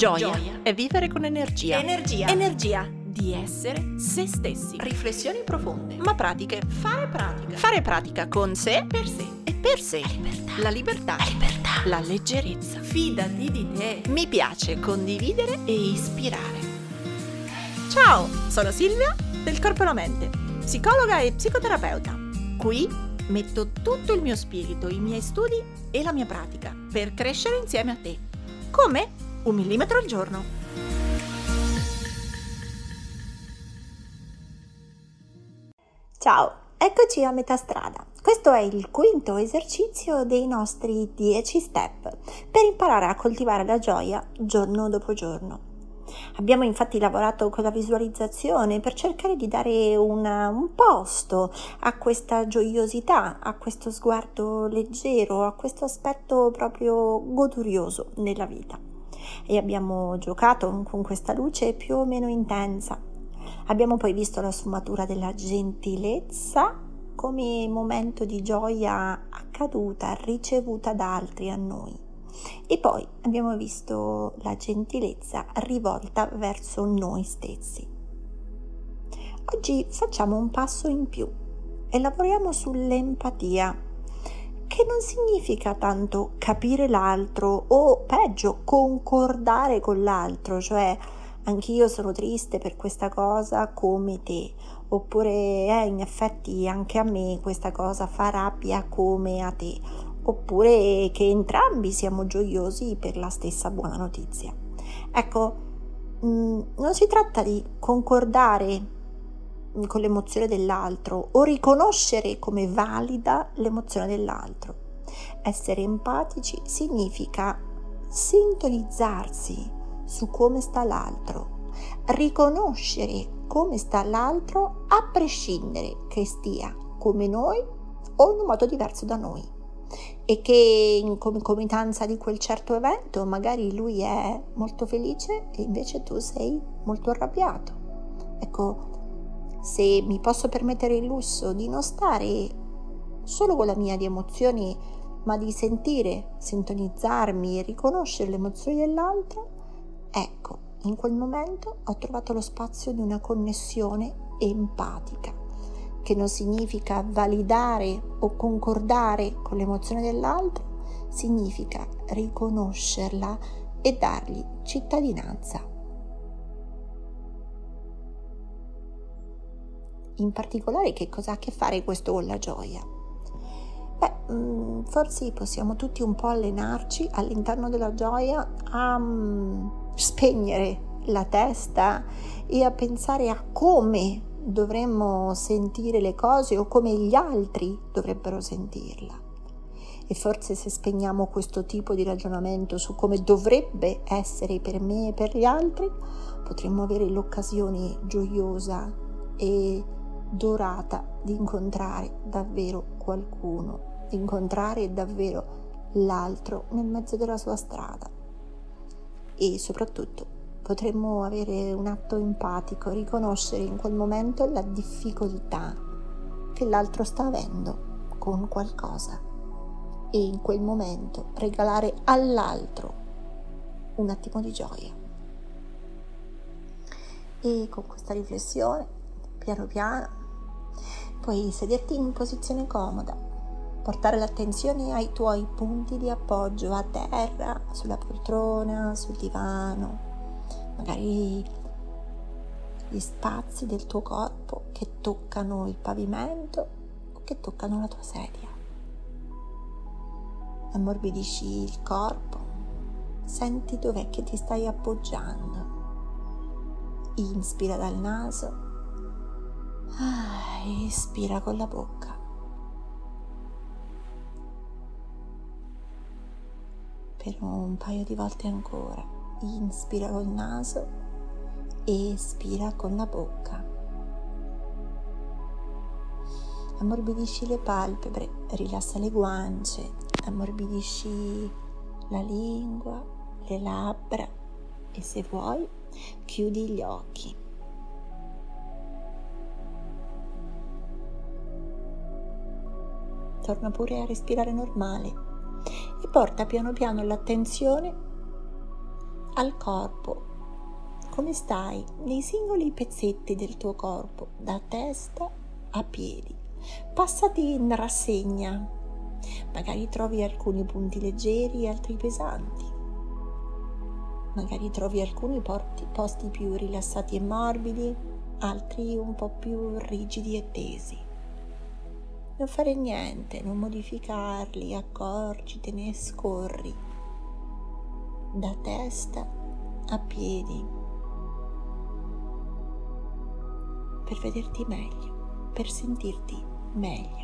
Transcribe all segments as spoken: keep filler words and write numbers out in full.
Gioia, Gioia è vivere con energia. Energia. Energia. Di essere se stessi. Riflessioni profonde, Ma pratiche. fare pratica. Fare pratica con sé Per sé. e per sé. La libertà. La libertà. La leggerezza. Fidati di te. Mi piace condividere E ispirare. Ciao, sono Silvia del Corpo e la Mente, psicologa e psicoterapeuta. Qui metto tutto il mio spirito, i miei studi e la mia pratica per crescere insieme a te. Come? Un millimetro al giorno. Ciao, eccoci a metà strada. Questo è il quinto esercizio dei nostri dieci step per imparare a coltivare la gioia giorno dopo giorno. Abbiamo infatti lavorato con la visualizzazione per cercare di dare una, un posto a questa gioiosità, a questo sguardo leggero, a questo aspetto proprio godurioso nella vita. E abbiamo giocato con questa luce più o meno intensa. Abbiamo poi visto la sfumatura della gentilezza come momento di gioia accaduta, ricevuta da altri a noi. E poi abbiamo visto la gentilezza rivolta verso noi stessi. Oggi facciamo un passo in più e lavoriamo sull'empatia, che non significa tanto capire l'altro o peggio concordare con l'altro, cioè anch'io sono triste per questa cosa come te, oppure eh, in effetti anche a me questa cosa fa rabbia come a te, oppure che entrambi siamo gioiosi per la stessa buona notizia. Ecco, mh, non si tratta di concordare con l'emozione dell'altro o riconoscere come valida l'emozione dell'altro. Essere empatici significa sintonizzarsi su come sta l'altro, riconoscere come sta l'altro a prescindere che stia come noi o in un modo diverso da noi, e che in concomitanza di quel certo evento magari lui è molto felice e invece tu sei molto arrabbiato. Ecco, se mi posso permettere il lusso di non stare solo con la mia di emozioni, ma di sentire, sintonizzarmi e riconoscere le emozioni dell'altro, ecco, in quel momento ho trovato lo spazio di una connessione empatica, che non significa validare o concordare con l'emozione dell'altro, significa riconoscerla e dargli cittadinanza. In particolare, che cosa ha a che fare questo con la gioia? Beh, forse possiamo tutti un po' allenarci all'interno della gioia a spegnere la testa e a pensare a come dovremmo sentire le cose o come gli altri dovrebbero sentirla. E forse se spegniamo questo tipo di ragionamento su come dovrebbe essere per me e per gli altri, potremmo avere l'occasione gioiosa e dorata di incontrare davvero qualcuno, di incontrare davvero l'altro nel mezzo della sua strada. E soprattutto potremmo avere un atto empatico, riconoscere in quel momento la difficoltà che l'altro sta avendo con qualcosa e in quel momento regalare all'altro un attimo di gioia. E con questa riflessione, piano piano, puoi sederti in posizione comoda, portare l'attenzione ai tuoi punti di appoggio a terra, sulla poltrona, sul divano, magari gli spazi del tuo corpo che toccano il pavimento o che toccano la tua sedia. Ammorbidisci il corpo, senti dov'è che ti stai appoggiando. Inspira dal naso, ah, espira con la bocca. Per un paio di volte ancora, inspira col naso, espira con la bocca. Ammorbidisci le palpebre, rilassa le guance, ammorbidisci la lingua, le labbra e se vuoi chiudi gli occhi. Torna pure a respirare normale e porta piano piano l'attenzione al corpo. Come stai nei singoli pezzetti del tuo corpo, da testa a piedi. Passati in rassegna. Magari trovi alcuni punti leggeri e altri pesanti. Magari trovi alcuni porti, posti più rilassati e morbidi, altri un po' più rigidi e tesi. Non fare niente, non modificarli, accorgitene e scorri da testa a piedi per vederti meglio, per sentirti meglio.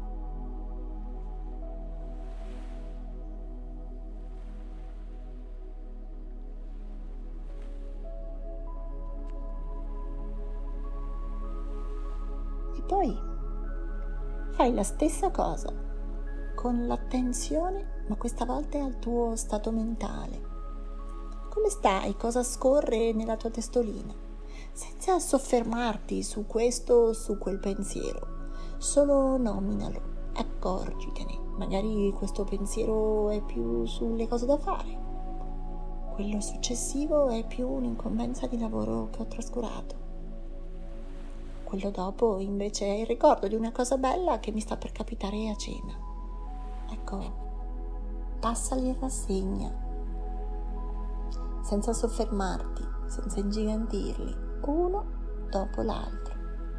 E poi fai la stessa cosa con l'attenzione, ma questa volta al tuo stato mentale. Come stai? Cosa scorre nella tua testolina? Senza soffermarti su questo o su quel pensiero, solo nominalo, accorgitene. Magari questo pensiero è più sulle cose da fare, quello successivo è più un'incombenza di lavoro che ho trascurato, quello dopo invece è il ricordo di una cosa bella che mi sta per capitare a cena. Ecco, passali in rassegna, senza soffermarti, senza ingigantirli, uno dopo l'altro.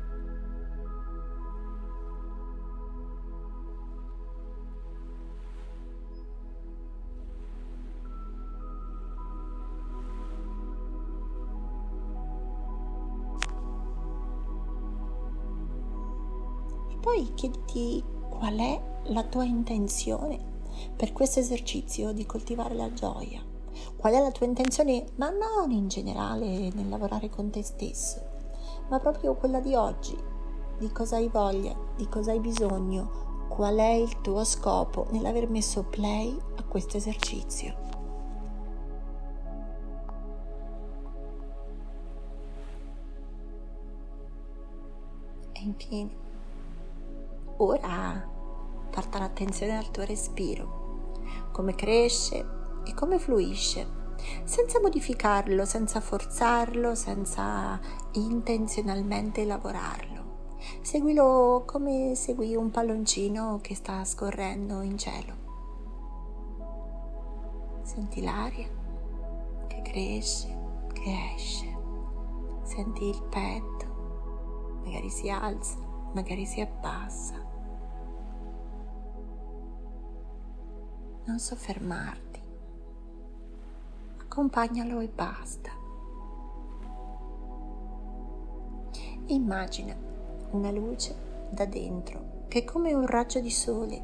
E poi chiediti qual è la tua intenzione per questo esercizio di coltivare la gioia. Qual è la tua intenzione, ma non in generale nel lavorare con te stesso, ma proprio quella di oggi, di cosa hai voglia, di cosa hai bisogno, qual è il tuo scopo nell'aver messo play a questo esercizio. E infine, ora porta l'attenzione al tuo respiro, come cresce e come fluisce, senza modificarlo, senza forzarlo, senza intenzionalmente lavorarlo. Seguilo come segui un palloncino che sta scorrendo in cielo. Senti l'aria che cresce, che esce. Senti il petto, magari si alza, magari si abbassa. Non soffermarti. Accompagnalo e basta. Immagina una luce da dentro che come un raggio di sole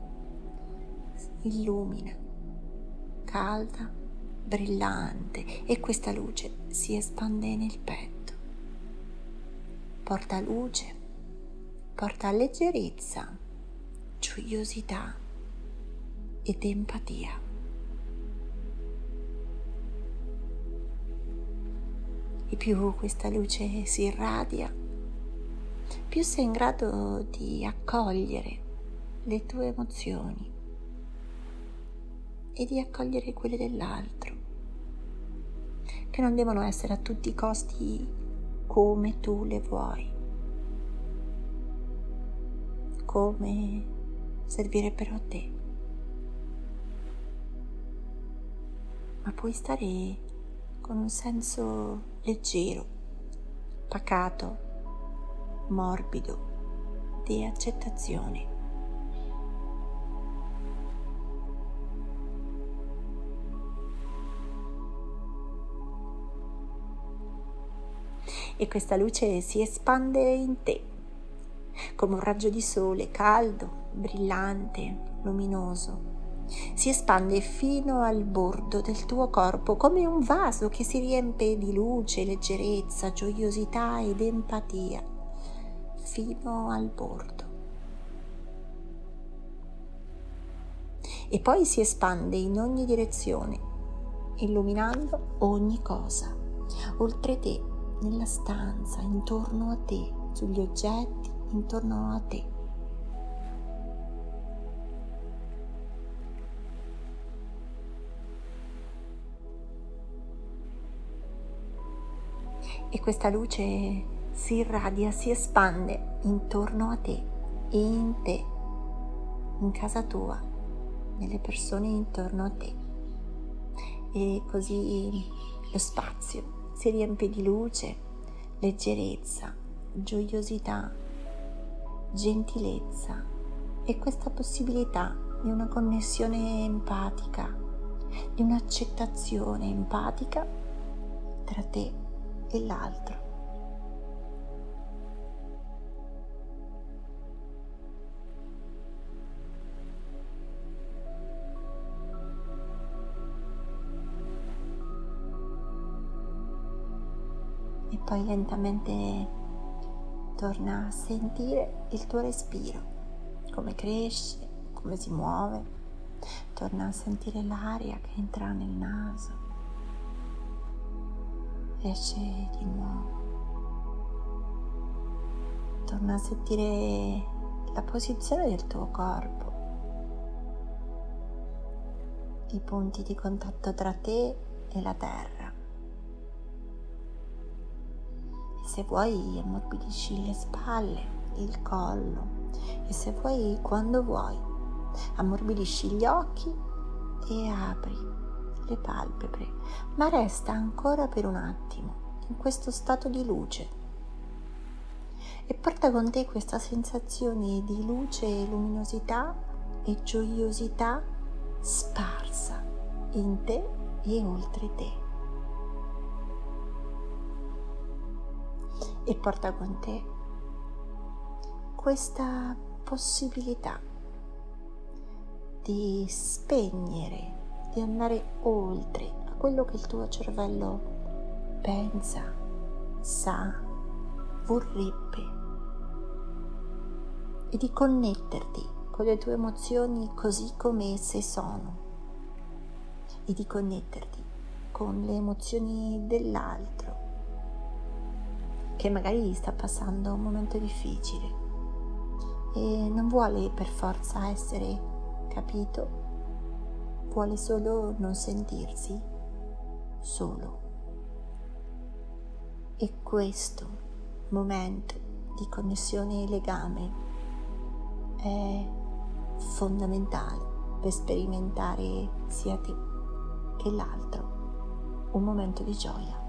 illumina, calda, brillante, e questa luce si espande nel petto. Porta luce, porta leggerezza, gioiosità ed empatia. E più questa luce si irradia, più sei in grado di accogliere le tue emozioni e di accogliere quelle dell'altro, che non devono essere a tutti i costi come tu le vuoi, come servirebbero a te, ma puoi stare con un senso leggero, pacato, morbido, di accettazione. E questa luce si espande in te, come un raggio di sole caldo, brillante, luminoso. Si espande fino al bordo del tuo corpo, come un vaso che si riempie di luce, leggerezza, gioiosità ed empatia, fino al bordo. E poi si espande in ogni direzione, illuminando ogni cosa, oltre te, nella stanza, intorno a te, sugli oggetti, intorno a te. e questa luce si irradia, si espande intorno a te, in te, in casa tua, nelle persone intorno a te. E così lo spazio si riempie di luce, leggerezza, gioiosità, gentilezza e questa possibilità di una connessione empatica, di un'accettazione empatica tra te e l'altro. E poi lentamente torna a sentire il tuo respiro, come cresce, come si muove. Torna a sentire l'aria che entra nel naso, esce di nuovo. Torna a sentire la posizione del tuo corpo, i punti di contatto tra te e la terra. Se vuoi ammorbidisci le spalle, il collo e se vuoi, quando vuoi, ammorbidisci gli occhi e apri le palpebre, ma resta ancora per un attimo in questo stato di luce e porta con te questa sensazione di luce, luminosità e gioiosità sparsa in te e oltre te. E porta con te questa possibilità di spegnere, di andare oltre a quello che il tuo cervello pensa, sa, vorrebbe, e di connetterti con le tue emozioni così come esse sono e di connetterti con le emozioni dell'altro che magari sta passando un momento difficile e non vuole per forza essere capito, vuole solo non sentirsi solo. E questo momento di connessione e legame è fondamentale per sperimentare sia te che l'altro un momento di gioia.